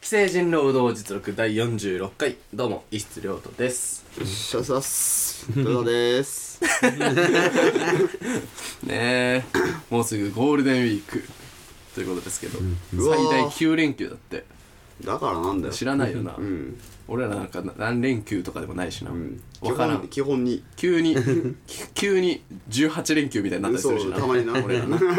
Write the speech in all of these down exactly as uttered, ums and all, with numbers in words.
成人労働実録だいよんじゅうろっかい、どうも石津亮斗です。 シャサストダですねえ、もうすぐゴールデンウィークということですけど、うん、最大きゅうれんきゅうだって。 だからなんだよ、 知らないよな、うん、俺らなんか何連休とかでもないしな、うん、分からん。 基本に急に急にじゅうはちれんきゅうみたいになったりするしな、 たまにな俺らな全然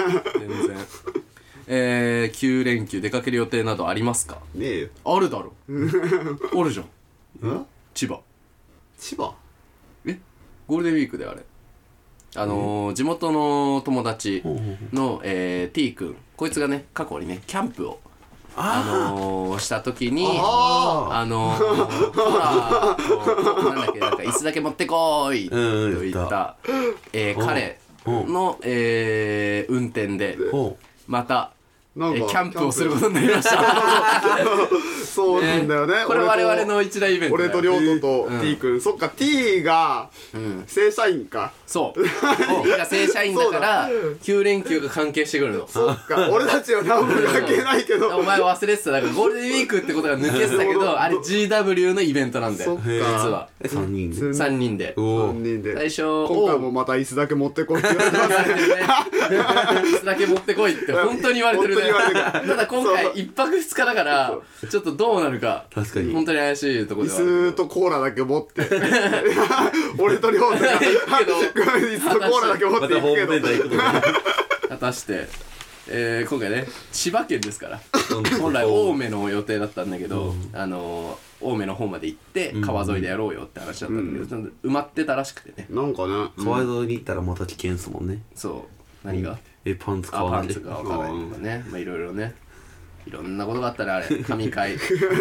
えー、きゅうれんきゅう出かける予定などありますか？ ねえよ。 あるだろあるじゃん。千葉千葉えゴールデンウィークであれあのー、地元の友達の、えー、T 君、こいつがね過去にねキャンプをあのー、した時にあ、あのー、ほらとなんだっけ、なんか椅子だけ持ってこーいと言った、えー、彼の、えー、運転でまたなんかキャンプをすることになりましたそうなんだよね、 これ我々の一大イベントだよ。 俺と亮斗と T 君、そっか T が正社員か。 そう T が正社員だからきゅうれんきゅうが関係してくるの。 そっか俺たちは何も関係ないけどお前忘れてた。だからゴールデンウィークってことが抜けてたけどあれ ジーダブリュー のイベントなんだよ実は。 さんにんでさんにんでさんにんで最初今回もまた椅子だけ持ってこいって言われてますね椅子だけ持ってこいって本当に言われてるね。ただ今回いっぱくふつかだからちょっとどうなるか確かに本当に怪しいところではある。 椅子とコーラだけ持って俺と亮太が椅子とコーラだけ持っていくけど果たしてえー、今回ね千葉県ですから本来青梅の予定だったんだけど、あのー、青梅の方まで行って川沿いでやろうよって話だったんだけど、うん、埋まってたらしくてね。 なんかね川沿いに行ったらまた危険っすもんね。 そう何が、うん、 えパンツ買わないで、あパンツが買わないとかね、まあいろいろねいろんなことがあったらあれ神回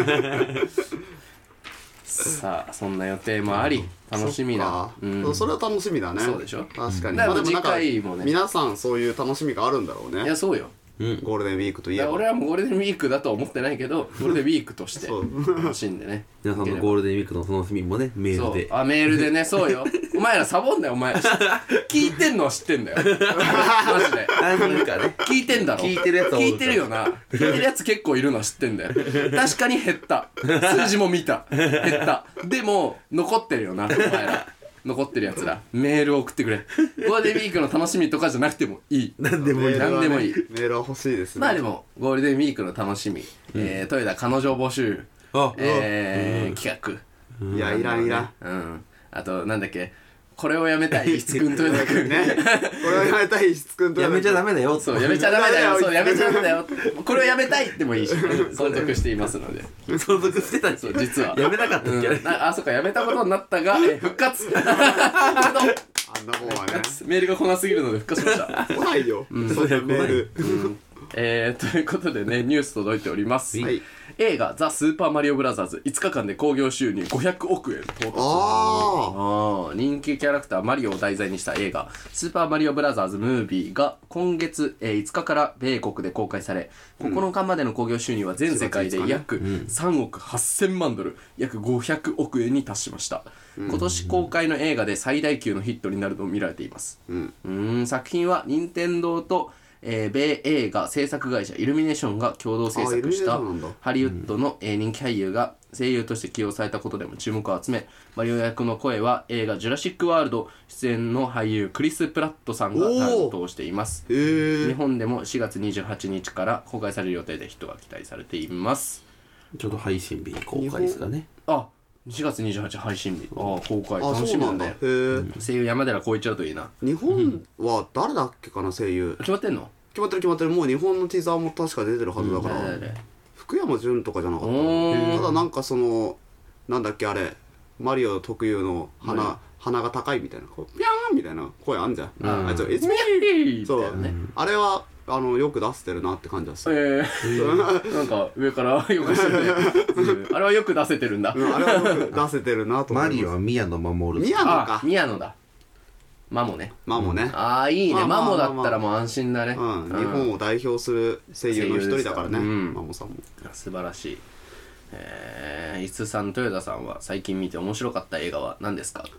さあそんな予定もあり楽しみな、 うん、それは楽しみだね。 そうでしょ。 確かに。 だから次回もね皆さんそういう楽しみがあるんだろうね。 いやそうよ、 うん、ゴールデンウィークといえば俺はもうゴールデンウィークだとは思ってないけどゴールデンウィークとして楽しんでね皆さんのゴールデンウィークの楽しみもねメールで。 そうあメールでねそうよお前らサボんだよお前聞いてんのは知ってんだよマジで何人かね聞いてんだろ。 聞いてるやつ聞いてるよな。聞いてるやつ結構いるのは知ってんだよ。確かに減った数字も見た減ったでも残ってるよなお前ら残ってるやつらメールを送ってくれ。ゴールデンウィークの楽しみとかじゃなくてもいい。 何でもいい。 何でもいい。 メールは欲しいですね。 まあでもゴールデンウィークの楽しみ、うん、えー、豊田彼女募集あ、えーうん、企画、 いやいらんいらん、 うん、あとなんだっけこれをやめたい石津くん豊田くんねこれをやめたい石津くん豊田くんやめちゃダメだよ。 そうやめちゃダメだよ。そうやめちゃダメだよこれをやめたいってもいいし、ね、存続していますので存続してたんですよ実はやめなかったっけ、うん、 あ、あそっかやめたことになったが、え復活あんなもんはねメールが来なすぎるので復活しました来ないよ、うん、 そういうメール、 うんえー、ということでねニュース届いております、 はい、 映画ザ・スーパーマリオブラザーズいつかかんで興行収入ごひゃくおくえん到達。ああ人気キャラクターマリオを題材にした映画スーパーマリオブラザーズムービーが今月、えー、いつかから米国で公開され、ここのかまでの興行収入は全世界で約さんおくはっせんまんドル約ごひゃくおくえんに達しました。今年公開の映画で最大級のヒットになると見られています。うん、うーん作品は任天堂とえー、米映画制作会社イルミネーションが共同制作したハリウッドの、えー、人気俳優が声優として起用されたことでも注目を集め、マリオ役の声は映画ジュラシックワールド出演の俳優クリス・プラットさんが担当しています。日本でもしがつにじゅうはちにちから公開される予定でヒットが期待されています。 ちょうど配信日に公開ですかね。 あしがつにじゅうはちにち配信日、あ公開楽しみだね。声優山寺宏一郎といいな。 日本は誰だっけかな声優決まってんの？ 決まってる決まってる。もう日本のティザーも確か出てるはずだから、うん、福山潤とかじゃなかった。ただなんかそのなんだっけあれマリオ特有の鼻鼻が高いみたいなこうピャーンみたいな声あんじゃん、うん、あいつ「It's me!」そう、ね、あれはあのよく出せてるなって感じはする。 えー、なんか上からよくしてるあれはよく出せてるんだ、 うん、あれはよく出せてるなと思います。 マリオは宮野真守。 宮野か。 宮野だ。マモね。 マモね。 ああいいね。マモだったらもう安心だね。 うん。日本を代表する声優の一人だからね。マモさんも。 素晴らしい。えー、伊津さん、豊田さんは最近見て面白かった映画は何ですか？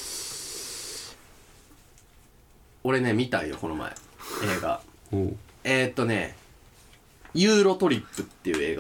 俺ね見たんよこの前映画。えーっとねユーロトリップっていう映画を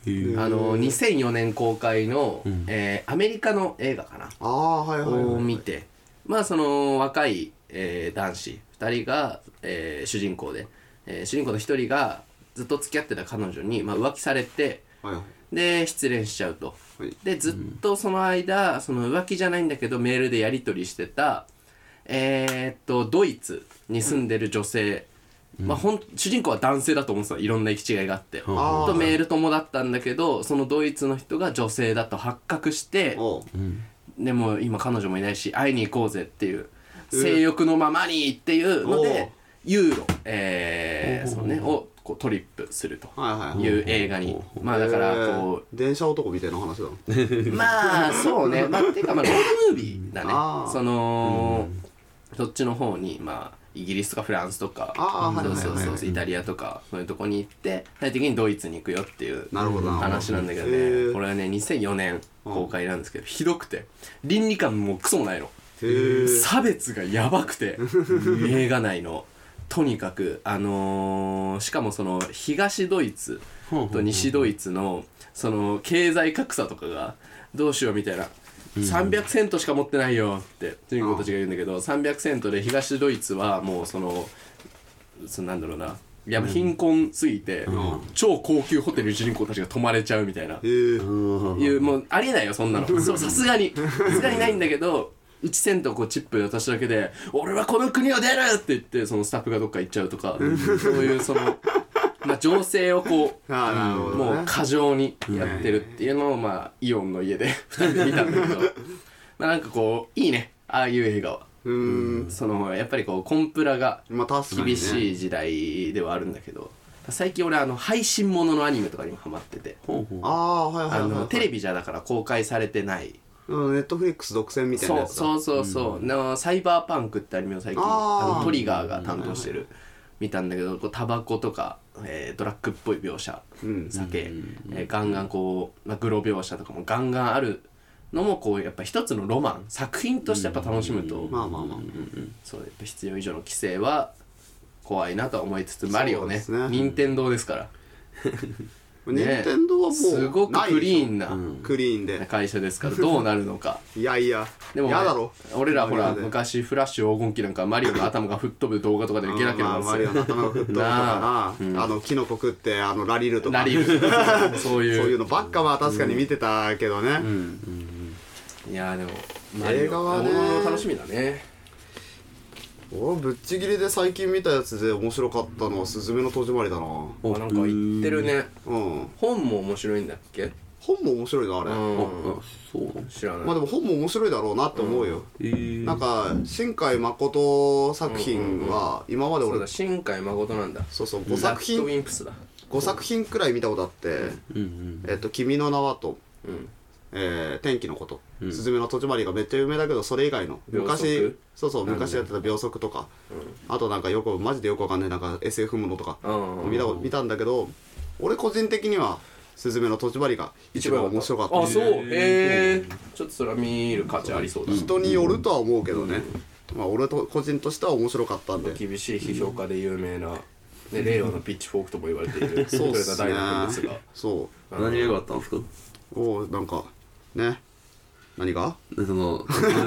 あのにせんよねん公開の、 うんえーアメリカの映画かなああはいはいはい、 を見て、まあその若い、えー男子ふたりが、えー主人公で、えー主人公のひとりがずっと付き合ってた彼女に、まあ、浮気されて、 はいはいで失恋しちゃうと、 はいでずっとその間その浮気じゃないんだけどメールでやり取りしてたえー、っとドイツに住んでる女性、まあ、ほん主人公は男性だと思ってた、いろんな行き違いがあって、 あーとメール友だったんだけどそのドイツの人が女性だと発覚して、 おうでも今彼女もいないし会いに行こうぜっていう、性欲のままにっていうのおうでユーロ、えー、そのねをこうトリップするとはいはいいう映画に、まあだからこえー電車男みたいな話だうまあそうね、まあていうかまあロードムービーだねあーそのそっちの方にまあイギリスとかフランスとかあーはいそうはいはいそうそうイタリアとかそういうとこに行って最終的にドイツに行くよっていうなるほどなるほど話なんだけどへね、 ーこれはねにせんよねん公開なんですけどひどくて倫理観もクソもないの。 へー差別がやばくて映画内のとにかくあのー、しかもその東ドイツと西ドイツのその経済格差とかがどうしようみたいな、さんびゃくセントしか持ってないよって主人公たちが言うんだけど、さんびゃくセントで東ドイツはもうそのそのなんだろうな、いや貧困すぎて、超高級ホテルに主人公たちが泊まれちゃうみたいな、 へーいうもうありえないよそんなのそうさすがにさすがにないんだけどいちセントこうチップで渡しただけで俺はこの国を出るって言ってそのスタッフがどっか行っちゃうとかそういうそのまあ情勢をこうあーなるほどねもう過剰にやってるっていうのをまあイオンの家でふたりで見たんだけどまあなんかこういいねああいう映画はうーんそのやっぱりこうコンプラがまあ確かにね厳しい時代ではあるんだけど最近俺あの配信もののアニメとかにもハマっててほうほうああはいはいあはい、はい、 のテレビじゃだから公開されてないうんネットフリックス独占みたいなそうやつだそうそうそう、のサイバーパンクってアニメを最近あーあのトリガーが担当してる見たんだけどこうタバコとか、えードラッグっぽい描写、 うん酒、えーガンガンこう、まあ、グロ描写とかもガンガンあるのもこうやっぱ一つのロマン作品としてやっぱ楽しむと、 まあまあまあそうやっぱ必要以上の規制は怖いなとは思いつつマリオねそうですね任天堂ですから任天堂はもうすごくクリーンなクリーンで会社ですからどうなるのかいやいやでもやだろ俺らほらマリオで昔フラッシュ黄金期なんかマリオの頭が吹っ飛ぶ動画とかでゲラゲラまあなんですよマリオの頭が吹っ飛ぶとかななあのキノコ食ってあのラリルとかラリルそういうそういうのばっかは確かに見てたけどねいやーでも映画はねマリオ楽しみだね俺ぶっちぎりで最近見たやつで面白かったのは「すずめの戸締まり」だなあなんか言ってるねうん本も面白いんだっけ本も面白いなあれ、 うんそう知らないまあでも本も面白いだろうなって思うよ、 えー、 なんか新海誠作品は今まで俺そうだ新海誠なんだそうそうご作ラッドウ品ィンプスだご作品くらい見たことあってうんうん 「えっと君の名は」とうん 「えー天気のこと」 うんすずめの戸締まり」がめっちゃ有名だけどそれ以外の秒速昔そうそう昔やってた秒速とかあとなんかよくマジでよくわかんないなんか エスエフ ものとかうん見た見たんだけど俺個人的には「すずめの戸締まり」が一番面白かったあそうへえちょっとそれは見る価値ありそうだな人によるとは思うけどねまあ俺と個人としては面白かったんで厳しい批評家で有名な、ね、令和のピッチフォークとも言われているそうっすね豊田大学ですがそ何が良かったんですかうおうなんかね何がでそのそれ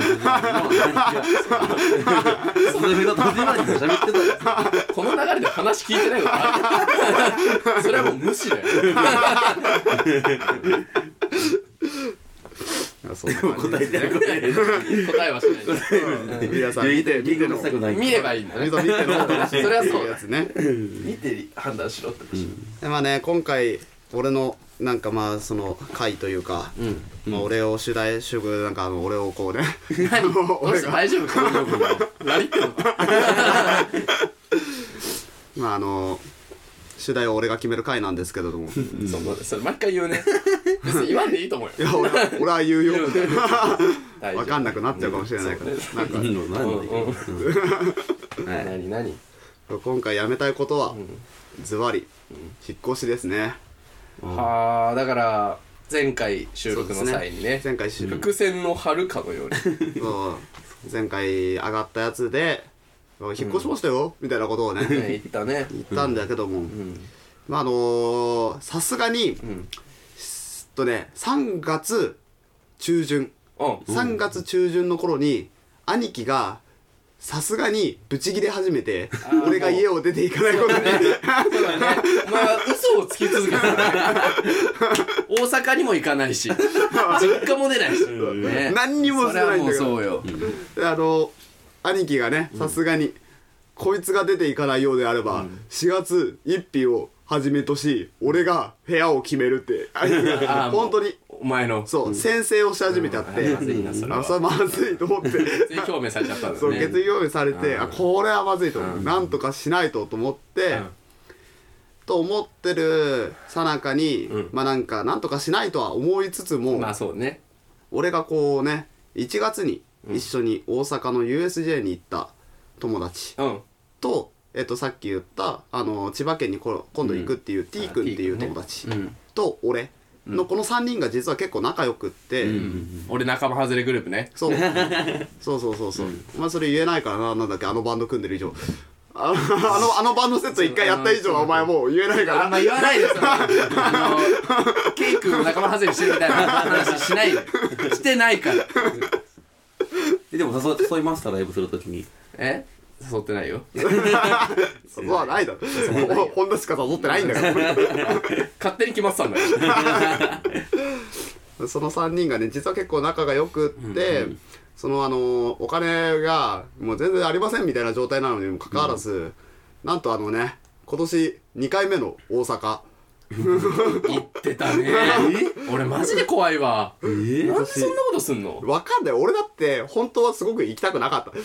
が戸締まりで喋ってたこの流れで話聞いてないことあるそれはもう無視だよあそんな感じ答えてる答えてる答えはしないです皆さん見て見てのしたくない見ればいいんだね見て見てのお楽しみそれはそうだやつね見て判断しろって話でまあね今回俺のなんかまあその回というか、まあ俺を主題主義なんかあの俺をこうね何どう俺がした大丈夫かラリってんのかまああの主題を俺が決める回なんですけれどもいそうそれ毎回言うね別に言わんでいいと思うよや俺は俺は言うよ言うんだよ大丈夫分かんなくなっちゃうかもしれないから、 そうなんかいいの何のいいのはい何何今回やめたいことは、ズバリ引っ越しですねはあだから前回収録の際にね前回収録伏線の張るかのようにそう前回上がったやつで引っ越しましたよ、みたいなことをねね言ったね言ったんだけども、 うんまああのさすがにんとねさんがつ中旬うんさんがつ中旬の頃に兄貴がさすがにブチギレ始めて俺が家を出ていかないことにそうだねお前は嘘をつき続けてたね大阪にも行かないし実家も出ないし、ね、 何にもしてないんだけどそれはもうそうよあの兄貴がねさすがにこいつが出ていかないようであれば、うん、しがつついたちをはじめとし俺が部屋を決めるって本当にお前のそう、うん、先制をし始めちゃって、うん、 まずいなそれはあそれまずいと思って決意表明されちゃったんだねそう決意表明されて、うん、あこれはまずいと、うん、なんとかしないとと思って、うん、と思ってるさなかに、うん、まあなんかなんとかしないとは思いつつもまあそうね俺がこうねいちがつに一緒に大阪の ユーエスジェー に行った友達、うん、とえっと、さっき言ったあの千葉県にこ今度行くっていう、うん、T 君っていう友達、ねうん、と俺のこのさんにんが実は結構仲良くって、うんうん、 俺仲間外れグループねそうそうそうそうそう、うん、お前それ言えないからななんだっけあのバンド組んでる以上あのあのあのバンドセット一回やった以上はお前もう言えないからあんま言わないでそれあのケイ君を仲間外れしてるみたいな話しないしてないからでも誘誘いましたライブするときにえ誘ってないよそうはないだろホンダしか誘ってないんだから勝手に決まってたんだよそのさんにんがね実は結構仲が良くって、うんうん、そのあのお金がもう全然ありませんみたいな状態なのにもかかわらず、うん、なんとあのね今年にかいめの大阪言ってたね俺マジで怖いわ、えー、なんでそんなことすんのわかんない俺だって本当はすごく行きたくなかった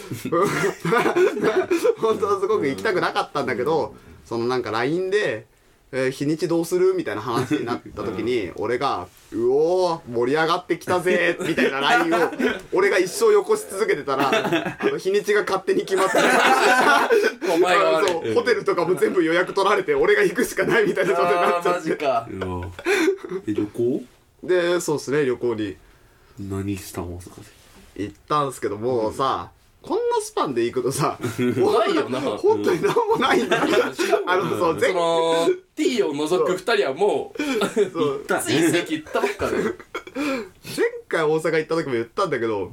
本当はすごく行きたくなかったんだけどそのなんか ライン で、えー、日にちどうするみたいな話になった時に俺がうおー盛り上がってきたぜみたいな ライン を俺が一生よこし続けてたらあの日にちが勝手に決まってお前が悪いそうホテルとかも全部予約取られて俺が行くしかないみたいな状態になっちゃってマジかえ旅行でそうっすね旅行に何したん大阪で行ったんすけどもうさ、うん、こんなスパンで行くとさないよな本当に何もないんだから、うん、あのそうその T を除くふたりはもうそうつい席行ったばっかで前回大阪行った時も言ったんだけど、うん、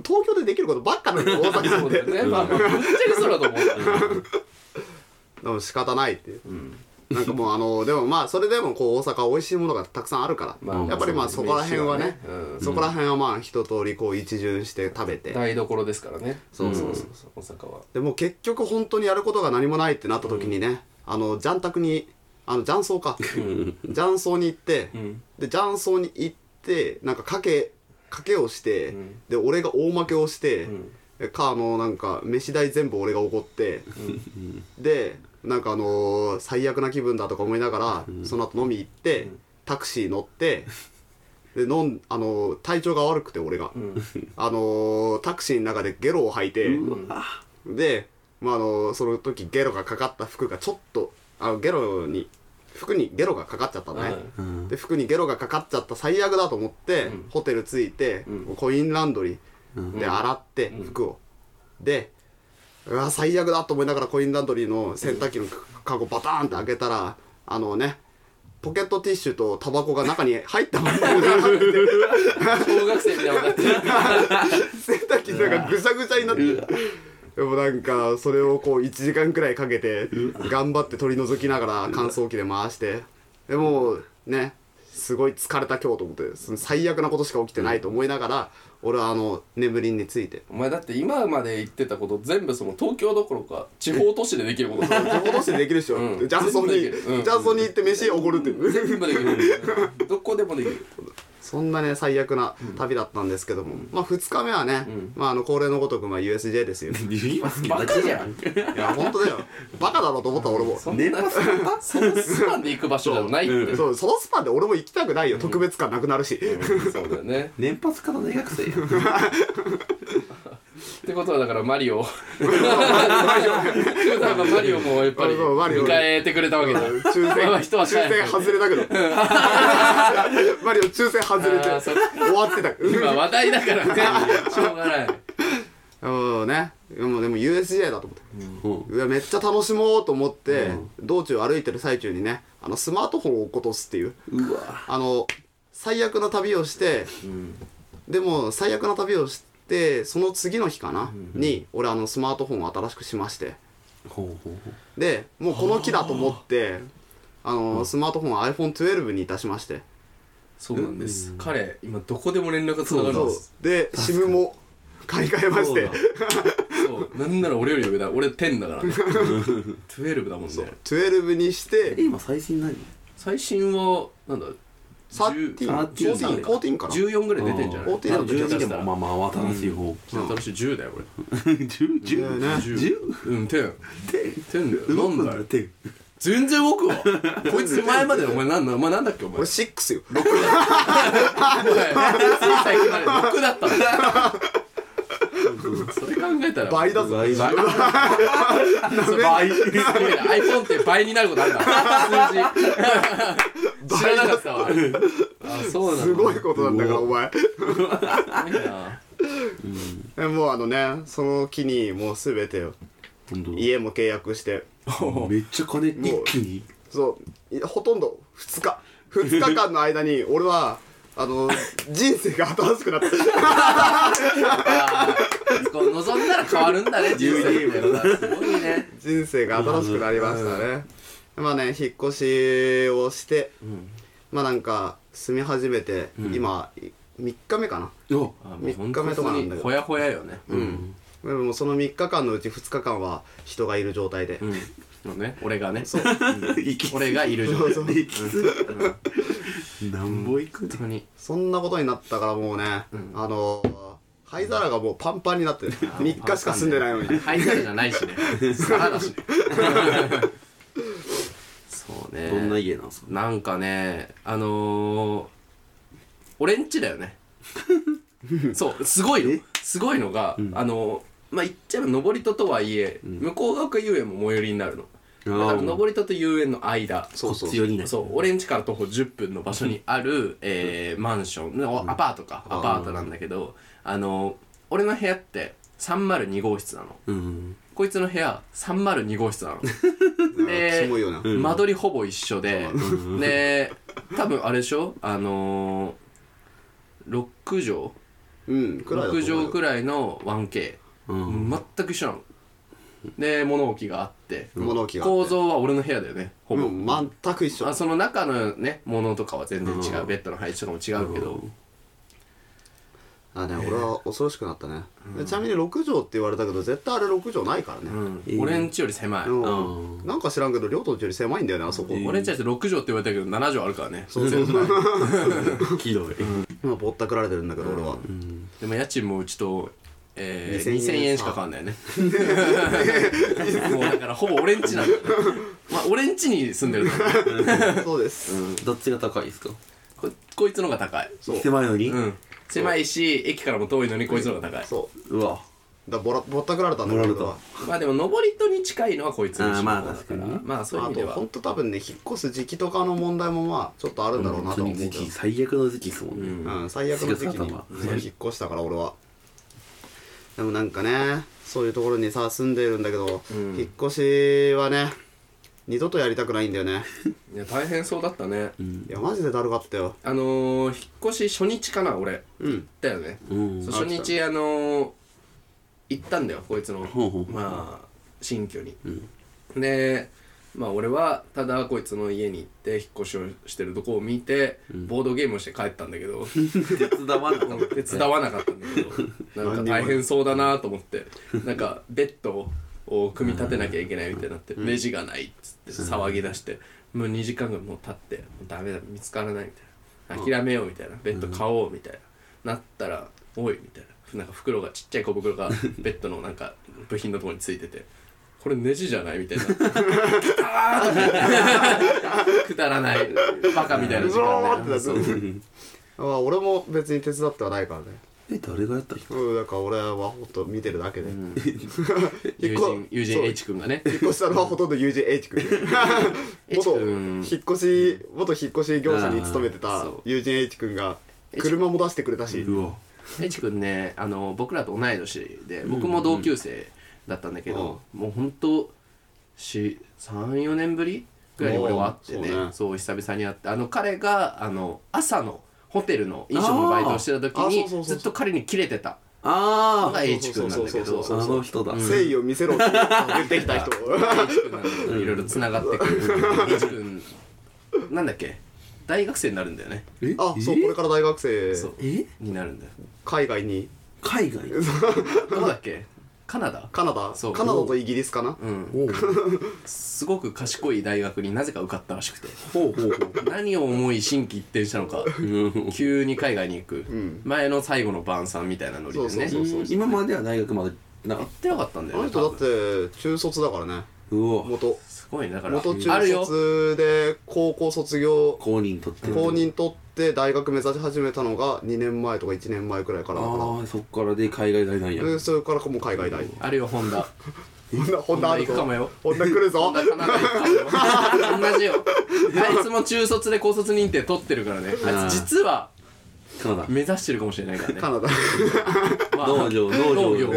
東京でできることばっかなんだよ大阪なんてそうだよねまあまあぶっちゃけそうだと思ったでも仕方ないって、うん、なんかもうあのでもまあそれでもこう大阪美味しいものがたくさんあるから、まあ、やっぱりまあそこら辺はね、ねうん、そこら辺はまあ一通りこう一巡して食べて台所ですからねそうそうそうそう、うん、大阪はでも結局本当にやることが何もないってなった時にね、うん、あの雀卓にあの雀荘か雀荘に行って、うん、で雀荘に行ってなんか賭け賭けをして、うん、で俺が大負けをして、うん、かあのなんか飯代全部俺がおごって、うん、でなんかあのー、最悪な気分だとか思いながら、うん、その後飲み行って、うん、タクシー乗ってで飲んあのー、体調が悪くて俺が、うん、あのー、タクシーの中でゲロを吐いて、うん、で、まああのその時ゲロがかかった服がちょっとあのゲロに服にゲロがかかっちゃったのね、うん、で服にゲロがかかっちゃった最悪だと思って、うん、ホテル着いて、うん、コインランドリーで洗って、うん、服をでうわ最悪だと思いながらコインランドリーの洗濯機のカゴバターンって開けたらあのねポケットティッシュとタバコが中に入ったまま小学生みたいなのになって洗濯機なんかぐしゃぐしゃになってでもなんかそれをこういちじかんくらいかけて頑張って取り除きながら乾燥機で回してでもねすごい疲れた今日と思ってその最悪なことしか起きてないと思いながら俺はあの眠りについてお前だって今まで言ってたこと全部その東京どころか地方都市でできること地方都市でできるっしょ、うん、ジャンソンに、うん、ジャンソンに行って飯おごるって全部できるどこでもできるそんなね最悪な旅だったんですけども、うん、まあふつかめはね、うん、まああの恒例のごとくまあ ユーエスジェー ですよバカじゃんいや本当だよバカだろうと思った俺もそんなそのスパンで行く場所じゃないって、 そう、そのスパンで俺も行きたくないよ、うん、特別感なくなるし、 うん、そうだよね年パスから大学生やってことはだからマリオマリオもやっぱり迎えてくれたわけだ抽選抽選外れたけどマリオ抽選外れて終わってた今話題だからねしょうがないうんねでもでも ユーエスジェー だと思って、うん、うわめっちゃ楽しもうと思って、うん、道中歩いてる最中にねあのスマートフォンを落っことすっていううわあの最悪な旅をして、うん、でも最悪な旅をしてその次の日かな、うん、に俺あのスマートフォンを新しくしまして、ほうほうほうでもうこの木だと思ってあの、うん、スマートフォンを アイフォントゥエルブ にいたしまして。 そうなんです、うん、彼今どこでも連絡がつながるんです。 で SIM も買い替えましてそうなんなら俺より上だ。俺じゅうだからねじゅうだもんね。そうじゅうにして今最新何最新はなんだじゅうよんかなじゅうよんぐらい出てんじゃない。 じゅうよんでもじゅうにでもまあまあ新しい方、 うん、新しいじゅうだよ俺じゅう じゅう ねじゅううんじゅう じゅうだよ。なんだよ全然動くわこいつ前までお前なんだお前なんだっけお前俺ろくよろくだお前つい最近までろくだったのそれ考えたら倍だぞ倍倍倍 iPhone って倍になることあるんだ数字知らなかったわあそうなんだすごいことなんだからお前うん、もうあのねその機にもう全てよ家も契約してめっちゃ金一気にそうほとんどふつかふつかかんの間に俺はあの人生が新しくなったこう望んだら変わるんだね人生みたいなすごいね人生が新しくなりましたね。まあね引っ越しをして、うん、まあなんか住み始めて、うん、今みっかめかなみっかめとかなんだけどほやほやよね。 うん、うんでもそのみっかかんのうちふつかかんは人がいる状態で、うんのね、俺がねそう、うん、俺がいる状態でなんぼいくのにそんなことになったからもうね、うん、あの灰皿がもうパンパンになってみっかしか住んでないのに灰皿じゃないしね皿だしねそうねどんな家なんすか。 なんかねあのー、俺んちだよねそうすごいのすごいのが、うん、あのまあ言っちゃえば登戸とはいえ、うん、向こう側遊園も最寄りになるのだから登戸と遊園の間そうそうそうそう俺ん家から徒歩じゅっぷんの場所にある、えー、マンションのアパートか、うん、アパートなんだけどあの俺の部屋ってさんまるにごうしつなの、うん、こいつの部屋さんまるにごうしつなので間取りほぼ一緒で、うん、で多分あれでしょあのー、ろくじょう、うん、ろくじょうくらいの ワンケー、うん、全く一緒なので物置があって物置が構造は俺の部屋だよねほぼ、 うん、全く一緒。 あその中のね物とかは全然違う、うん、ベッドの配置とかも違うけど、うん、 あね、俺は恐ろしくなったね、うん、ちなみにろくじょうって言われたけど絶対あれろくじょうないからね、 うんえー、俺ん家より狭い、 うんうん、なんか知らんけど亮と家より狭いんだよねあそこ、 えー、俺ん家ってろくじょうって言われたけどななじょうあるからねそうそうそうひどい、うん、 今ぼったくられてるんだけど俺は、 うん、でも家賃もうちとえー、にせんえんしか変わんないねもうだからほぼ俺んちなんだよ、ね、まあ俺んちに住んでるそうです、 うん、どっちが高いですか。 こ, こいつの方が高い。 そう狭いのに、 うん、狭いし駅からも遠いのにこいつの方が高い。 そううわだぼらぼったくられたんだけどまあでも登戸に近いのはこいつの家まあ確かにまあそういう意味ではあとほんと多分ね引っ越す時期とかの問題もまあちょっとあるんだろうなと思うけど、うん、 最悪の時期ですもんね、 うんうん、最悪の時期に、ね、引っ越したから俺はでもなんかねそういうところにさ住んでるんだけど、うん、引っ越しはね二度とやりたくないんだよねいや大変そうだったね、 うん、いやマジでだるかったよ。 あのー、引っ越し初日かな俺、うん、だよね、うん、そう初日あのー、行ったんだよこいつのまあ新居に、うん、でまあ俺はただこいつの家に行って引っ越しをしてるとこを見て、うん、ボードゲームをして帰ったんだけど手伝わなかった、 手伝わなかったんだけどなんか大変そうだなと思ってなんかベッドを組み立てなきゃいけないみたいになって、うん、レジがないっつって騒ぎ出して、うん、もうにじかんぐらいもう経ってもうダメだ見つからないみたいな諦めようみたいなベッド買おうみたいな、なったらおいみたいななんか袋がちっちゃい小袋がベッドのなんか部品のところについててこれネジじゃないみたいなあーくだらないバカみたいな時間ねあ俺も別に手伝ってはないからね。 え誰がやった人？ うんだから俺はほんと見てるだけで、うん、 友人友人 H 君がね引っ越したのはほとんど友人 H 君元引っ越し元引っ越し業者に勤めてた友人 H 君が車も出してくれたし、 うわ H 君ねあの僕らと同い年で僕も同級生だったんだけど、うん、もうほんとさんよねんぶりぐらいに俺は会ってねそう、ね、そう久々に会ってあの彼があの朝のホテルの飲食のバイトをしてた時あーにあそうそうそうずっと彼にキレてたのあが H 君なんだけどそうそうそうそうあの人だ誠意を見せろって言ってきた人 H 君なんだけどいろいろつながってくる H 君なんだっけ大学生になるんだよねえあそうこれから大学生そうえになるんだよ海外に海外どこだっけカナダカナダそうカナダとイギリスかなうんおうすごく賢い大学になぜか受かったらしくてほうほうほう何を思い心機一転したのかうん急に海外に行く、 ん前の最後の晩餐みたいなノリでねそうそうそう今までは大学までなかっ行ってなかったんだあよねの人だっ多分て中卒だからねたうわ元すごいねだから元あるよ中卒で高校卒業公認取って公認取って大学目指し始めたのがにねんまえとかいちねんまえくらいからだかああそっからで海外大なんやらでそれからもう海外大あるよホンダホンダホンダあるぞホンダ行くかもよホンダ来るぞホンダカナダ行くかもよ同じよあいつも中卒で高卒認定取ってるからねあいつ実はカナダ目指してるかもしれないからねカナダまあ農業農業農業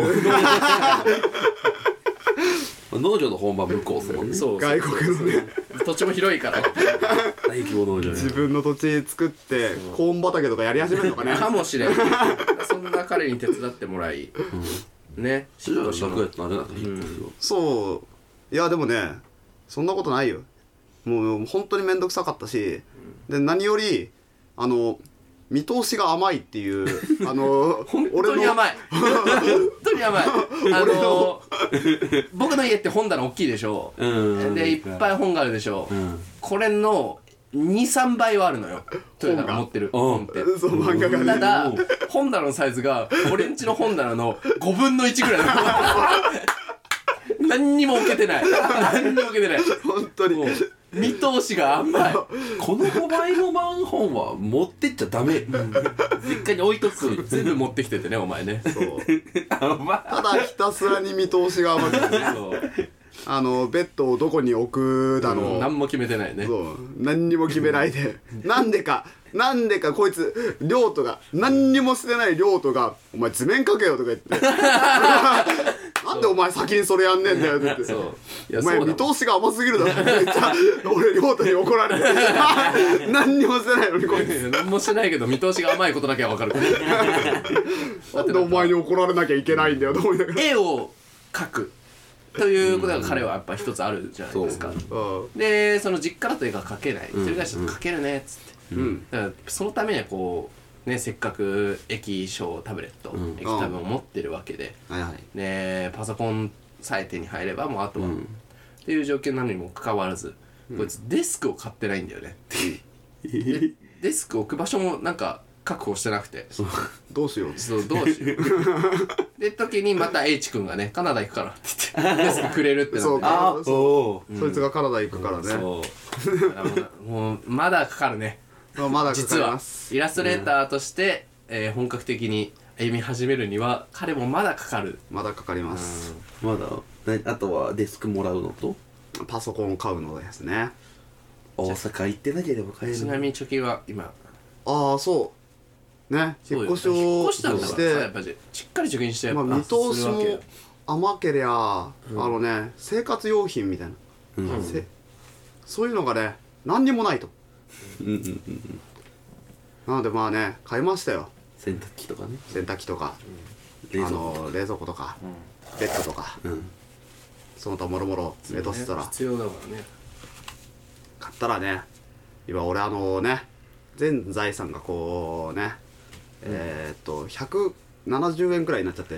農場の本場向こうっすもんねそう外国のね土地も広いから大規模農場自分の土地作ってコーン畑とかやり始めるのかねかもしれんそんな彼に手伝ってもらいねじゃあ楽やったなあれなんか引っ越しをそういやでもねそんなことないよもう本当に面倒くさかったしで何よりあの見通しが甘いっていうあの本当に甘い本当に甘いあの僕の家って本棚大きいでしょうんでいっぱい本があるでしょうんこれのにさんばいはあるのよトヨタが持ってる本ってそう漫画がただ本棚のサイズが俺んちの本棚のごぶんのいちぐらいなの何にも置けてない何にも置けてない本当にもう見通しが甘いこのごばいの版本は持ってっちゃダメ実家に置いとく全部持ってきててねお前ねそうあまただひたすらに見通しが甘くてねそうあのベッドをどこに置くだろう、 何も決めてないねそう何にも決めないでなんでかなんでかこいつ亮斗が何にもしてない亮斗が「お前図面描けよ」とか言ってなんでお前先にそれやんねんだよって言ってそういやお前そうだもん見通しが甘すぎるだろってめっちゃ俺亮斗に怒られて何にもしてないのにこいつ何もしてないけど見通しが甘いことだけは分かるなんでお前に怒られなきゃいけないんだよと思いながら絵を描くということが彼はやっぱ一つあるじゃないですかうんでその実家だと絵が描けない一人暮らしだと描けるねっつってうんだからそのためにはこうねせっかく液晶タブレット、 ん液タブを持ってるわけではいはいねパソコンさえ手に入ればもうあとは、っていう状況なのにもかかわらず、こいつデスクを買ってないんだよねでデスク置く場所もなんか確保してなくてどうしようそうどうしようで時にまた H 君がねカナダ行くからって言ってデスクくれるってなってそうあそおそいつがカナダ行くからねそうだからもうもうまだかかるねそうまだかかり実はますイラストレーターとして、えー本格的に歩み始めるには彼もまだかかるまだかかりますまだなあとはデスクもらうのとパソコン買うのですね大阪行ってなければ買えるちなみに貯金は今ああそうね引っ越しを引っ越したんだからしさやってぱしっかり貯金してやっぱ、 まあ見通しするわけよも甘けりゃあのね生活用品みたいなうんせそういうのがね何にもないとうんうんうんなのでまあね買いましたよ洗濯機とかね洗濯機とかあ冷蔵庫の冷蔵庫とかベッドとかうんその他もろもろ詰めとしたら必要だからね買ったらね今俺あのね全財産がこうねえーっとひゃくななじゅうえんくらいになっちゃって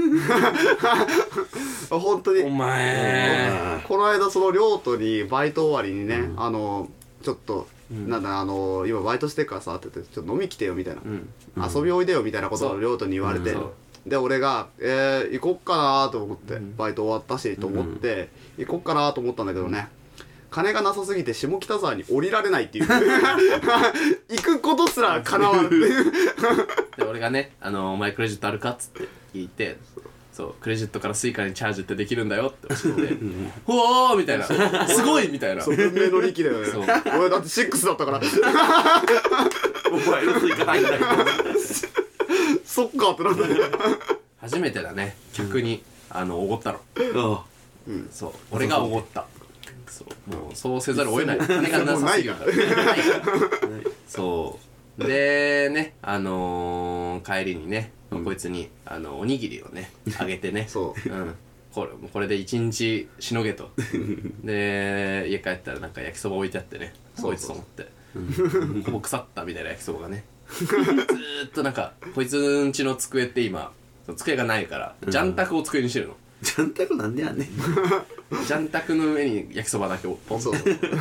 本当にお前この間その亮斗にバイト終わりにね、あのちょっと、なんだあの今バイトしてっからさって言ってちょっと飲み来てよみたいな、 うん遊びおいでよみたいなことを亮斗に言われて、 うんそうで俺が「えー、行こっかな」と思って、バイト終わったしと思って、行こっかなと思ったんだけどね金がなさすぎて下北沢に降りられないっていう行くことすらかなわんっていうで俺がね、あのー「お前クレジットあるか?」っつって聞いてそうクレジットからスイカにチャージってできるんだよって教えて「うおー!」みたいな「すごい!」みたいなそう運命の力だよねそう俺だってシックスだったからお前のスイカ入んないそっかってなったね初めてだね客にあのおごったのあそう俺がおごったそうもうそうせざるを得ない金がなさすぎるからないからそうでねあのー、帰りにね、うん、こいつにあのおにぎりをねあげてねそう、 うん、これこれで一日しのげとで家帰ったらなんか焼きそば置いてあってねこいつと思って、うん、ほぼ腐ったみたいな焼きそばがねずーっとなんかこいつんちの机って今机がないからジャンタクを机にしてるの、 ジャンタクなんでやねんジャンタクの上に焼きそばだけをポンと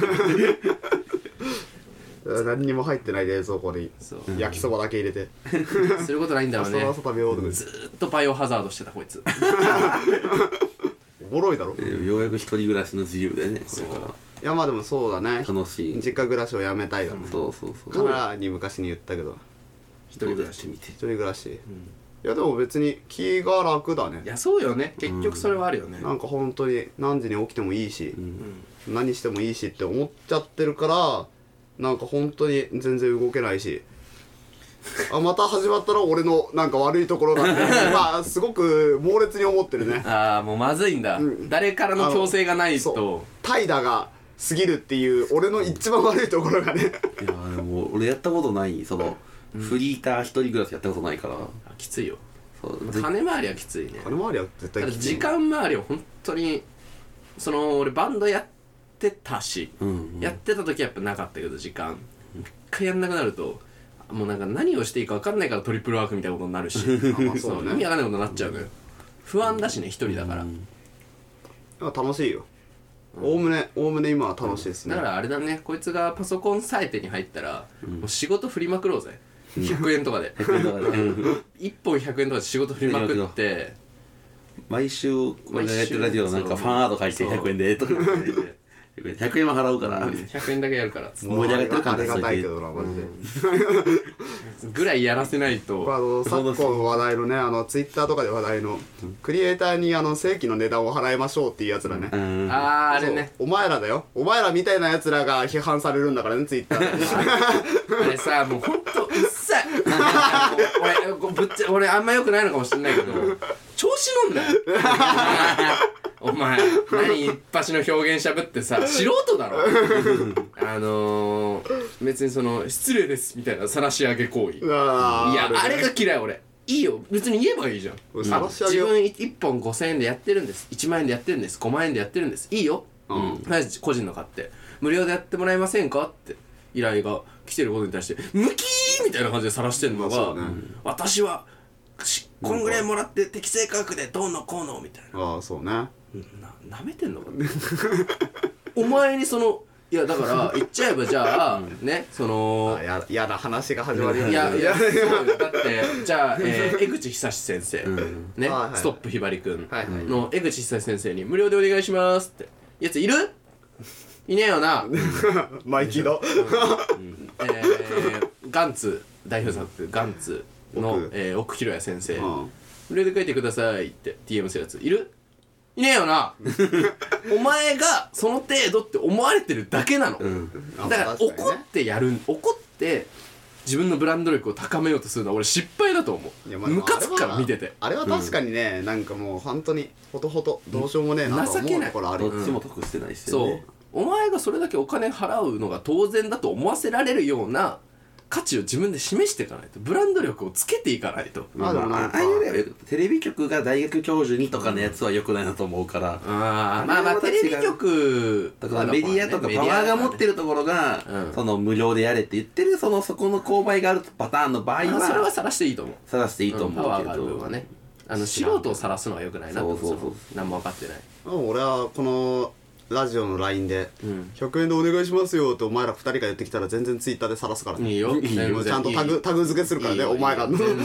何にも入ってない冷蔵庫に焼きそばだけ入れてすることないんだろうね。 朝食べようとかずーっとバイオハザードしてたこいつおもろいだろ、 えー、ようやく一人暮らしの自由だよねこれから。 いやまあでもそうだね、 楽しい実家暮らしをやめたいだろ、ね、 そうそうそうカメラに昔に言ったけど一人暮らしみて一人暮らし、うん、いやでも別に気が楽だね。 いやそうよね結局それはあるよね、 うん、なんか本当に何時に起きてもいいし、うん、何してもいいしって思っちゃってるからなんか本当に全然動けないしあまた始まったら俺のなんか悪いところなんでまあすごく猛烈に思ってるね。 ああもうまずいんだ、うん、誰からの強制がないと怠惰が過ぎるっていう俺の一番悪いところがねいやでも俺やったことないその、うん、フリーター一人暮らしやったことないからきついよ。そう金回りはきついね。 金回りは絶対きつい。 時間回りは本当にその俺バンドやってたし、うんうん、やってた時はやっぱなかったけど時間一回やんなくなるともうなんか何をしていいか分かんないからトリプルワークみたいなことになるしあ、まあそうね、意味わかんないことになっちゃうのよ。不安だしね一人だから、うん、 楽しいよ。おおむねおおむね今は楽しいですね。 だからあれだねこいつがパソコンサイテに入ったら、うん、もう仕事振りまくろうぜひゃくえんとかでいっぽんひゃくえんとかで仕事振りまくって毎週これがやってるラジオのなんかファンアート書いてひゃくえんでとかひゃくえんは払うから、うん、 ひゃくえんだけやるから盛り上がってるからありがたいけどなマジで、 うん、ぐらいやらせないとあの昨今の話題のねあのツイッターとかで話題の、うん、クリエイターにあの正規の値段を払いましょうっていうやつらね、うん、 あーあれねお前らだよお前らみたいなやつらが批判されるんだからねツイッターであれさもうほんとうっさい俺ぶっちゃ俺あんま良くないのかもしれないけど調子乗んなよお前何一発の表現しゃぶってさ素人だろあのー、別にその失礼ですみたいな晒し上げ行為いやあれ,、ね、あれが嫌い俺いいよ別に言えばいいじゃん晒し上げ自分いっぽんごせんえんでやってるんですいちまんえんでやってるんですごまんえんでやってるんですいいよ、うん、個人の買って無料でやってもらえませんかって依頼が来てることに対してムキーみたいな感じで晒してんのが、まあね、私はこんぐらいもらって適正価格でどうのこうのみたいなああそうねななめてんのかお前にそのいやだから言っちゃえばじゃあねそのややだ話が始まるよいやいやそうよだってじゃあ、えー、江口久志先生、うん、ね、はいはい、ストップひばりくんの江口久志先生に無料でお願いしますってやついるいねえよな毎期のえー、ガンツ代表作ガンツの奥、えー、奥弘也先生、うん、無料で書いてくださいって ティーエム するやついるいねえよなお前がその程度って思われてるだけなの、うん、だから怒ってやる怒って自分のブランド力を高めようとするのは俺失敗だと思う。ムカつくから見ててあれは確かにね、うん、なんかもう本当にほとほとどうしようもねえなと思うところある。 どっちも得してないし、ね、 そうお前がそれだけお金払うのが当然だと思わせられるような価値を自分で示していかないとブランド力をつけていかないと。 まあでもああいうねテレビ局が大学教授にとかのやつは良くないなと思うから、うん、 あまあまあテレビ局とかメディアとかパワーが持ってるところが、うん、その無料でやれって言ってるそのそこの購買があるパターンの場合はそれは晒していいと思う晒していいと思うけど、うん、 パワーがある分はねあの素人を晒すのは良くないなと思う。そうそうそう何も分かってない。 俺はこのラジオの ライン で、うん、ひゃくえんでお願いしますよってお前らふたりが言ってきたら全然ツイッターで晒すからね。 いいよ。いいよちゃんとタグタグ付けするからねお前らの。多分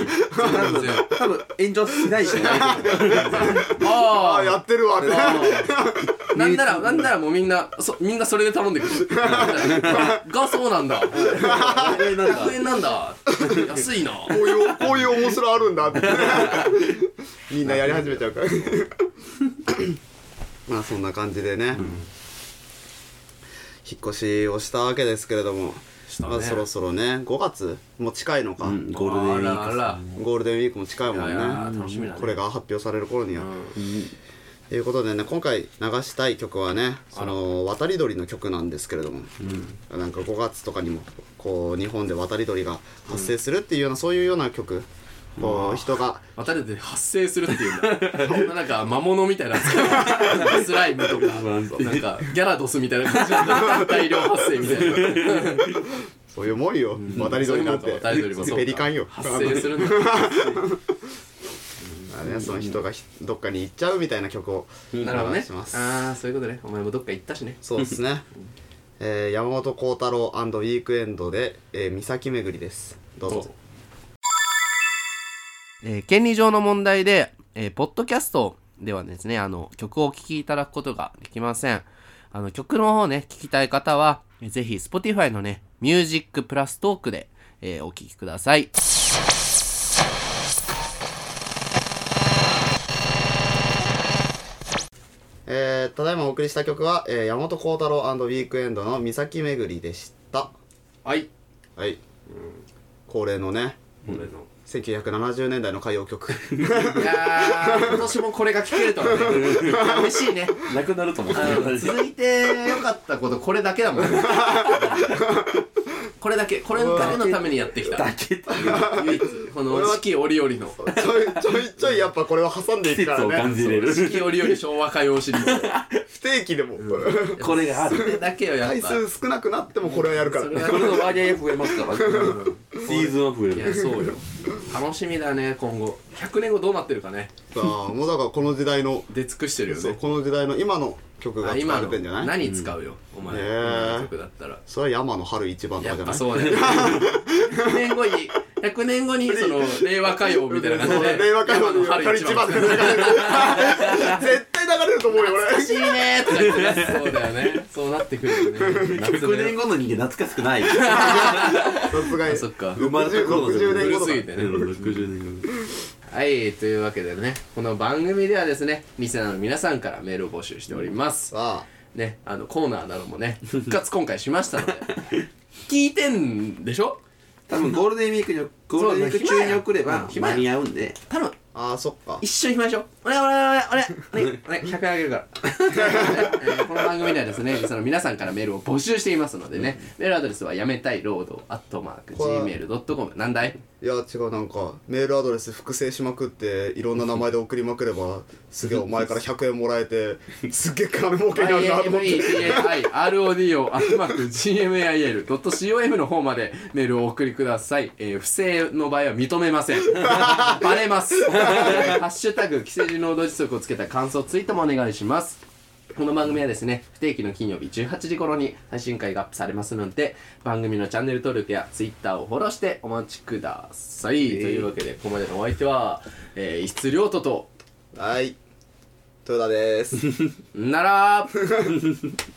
炎上しないしね。 ああやってるわって。 なんならなんならもうみんなそみんなそれで頼んでくる。がそうなんだ。ひゃくえんなんだ。安いな。こういうこういう面白あるんだって。みんなやり始めちゃうから。まあそんな感じでね、うん、引っ越しをしたわけですけれども、ね、まあそろそろねごがつも近いのか、うん、 ゴールデンウィークゴールデンウィークも近いもんね。 いやいや楽しみだね。 これが発表される頃には、うん、 ということでね、今回流したい曲はね、その渡り鳥の曲なんですけれども、うん、なんかごがつとかにもこう日本で渡り鳥が発生するっていうような、うん、そういうような曲、こう人が渡り鳥発生するっていうんだそんななんか魔物みたいななんかスライムとかなんかギャラドスみたいな感じの大量発生みたいなそういうもんよ、うん、渡り鳥なんて渡り鳥もそうペリカンよ発生するんだね、その人がどっかに行っちゃうみたいな曲を流します。 ああそういうことね。お前もどっか行ったしね。 そうですね、うんえー、山本幸太郎&ウィークエンドで、えー、岬巡りです。どうぞ。 えー、権利上の問題で、えー、ポッドキャストではですねあの曲をお聴きいただくことができません。あの曲の方ね聞きたい方はぜひ Spotify のねミュージックプラストークで、えー、お聴きください。 えー、ただいまお送りした曲は、えー、山本幸太郎&ウィークエンドの岬巡りでした。 はいはい、うん、恒例のね、 恒例のせんきゅうひゃくななじゅうねんだいの歌謡曲いやー今年もこれが聴けるとはね嬉しいね。 なくなると思って続いてよかったことこれだけだもんこれだけこれだけのためにやってきただけ唯一この四季折々のちょいちょいちょいやっぱこれは挟んでいくからね。 感じれる四季折々昭和歌謡シリーズ不定期でも、うん、 これがあるそれだけよやっぱ回数少なくなってもこれはやるからね。 これの割合増えますから、うん、シーズンは増える。 いやそうよ楽しみだね。今後ひゃくねんごどうなってるかね。 ああもうだからこの時代の出尽くしてるよね。 この時代の今の曲が使われてんじゃない？ 何使うよ、うん、お前、 えー、 この曲だったらそれは山の春一番とかじゃない？ やっぱそうねひゃくねんごにひゃくねんごにその令和歌謡みたいな感じで令和歌謡の春一番で流れる絶対流れると思うよ俺。 懐かしいねーとか言ってそうだよね。そうなってくるよね。 ひゃくねんごの人間懐かしくないさすがにそっかろくじゅうねんごとか古すぎてね。 ろくじゅうねんごはい、というわけでねこの番組ではですねリスナーの皆さんからメールを募集しております。 ああね、あのコーナーなどもね復活今回しましたので聞いてんでしょ。 多分ゴールデンウィークにゴールデンウィーク中に送れば間に合うんで多分ああそっか一緒に行きましょう。おねおねおねおねおねひゃくえんあげるからこの番組ではですねその皆さんからメールを募集していますのでね、うん、メールアドレスはやめたいロードアットマーク ジーメールドットコム。 なんだい？ いや違うなんかメールアドレス複製しまくっていろんな名前で送りまくればすげえお前からひゃくえんもらえてすっげえ金儲けになるなと思ってエムイーティーエーアイアールオーディーオー アットマーク ジーエムエーエルドットコム の方までメールをお送りください。えー、不正の場合は認めませんバレますハッシュタグ既成事能動実力をつけた感想ツイートもお願いします。この番組はですね不定期の金曜日じゅうはちじ頃に配信会がアップされますので番組のチャンネル登録やツイッターをフォローしてお待ちください、えー、というわけでここまでのお相手は、えー、石津亮斗とはい豊田ですならー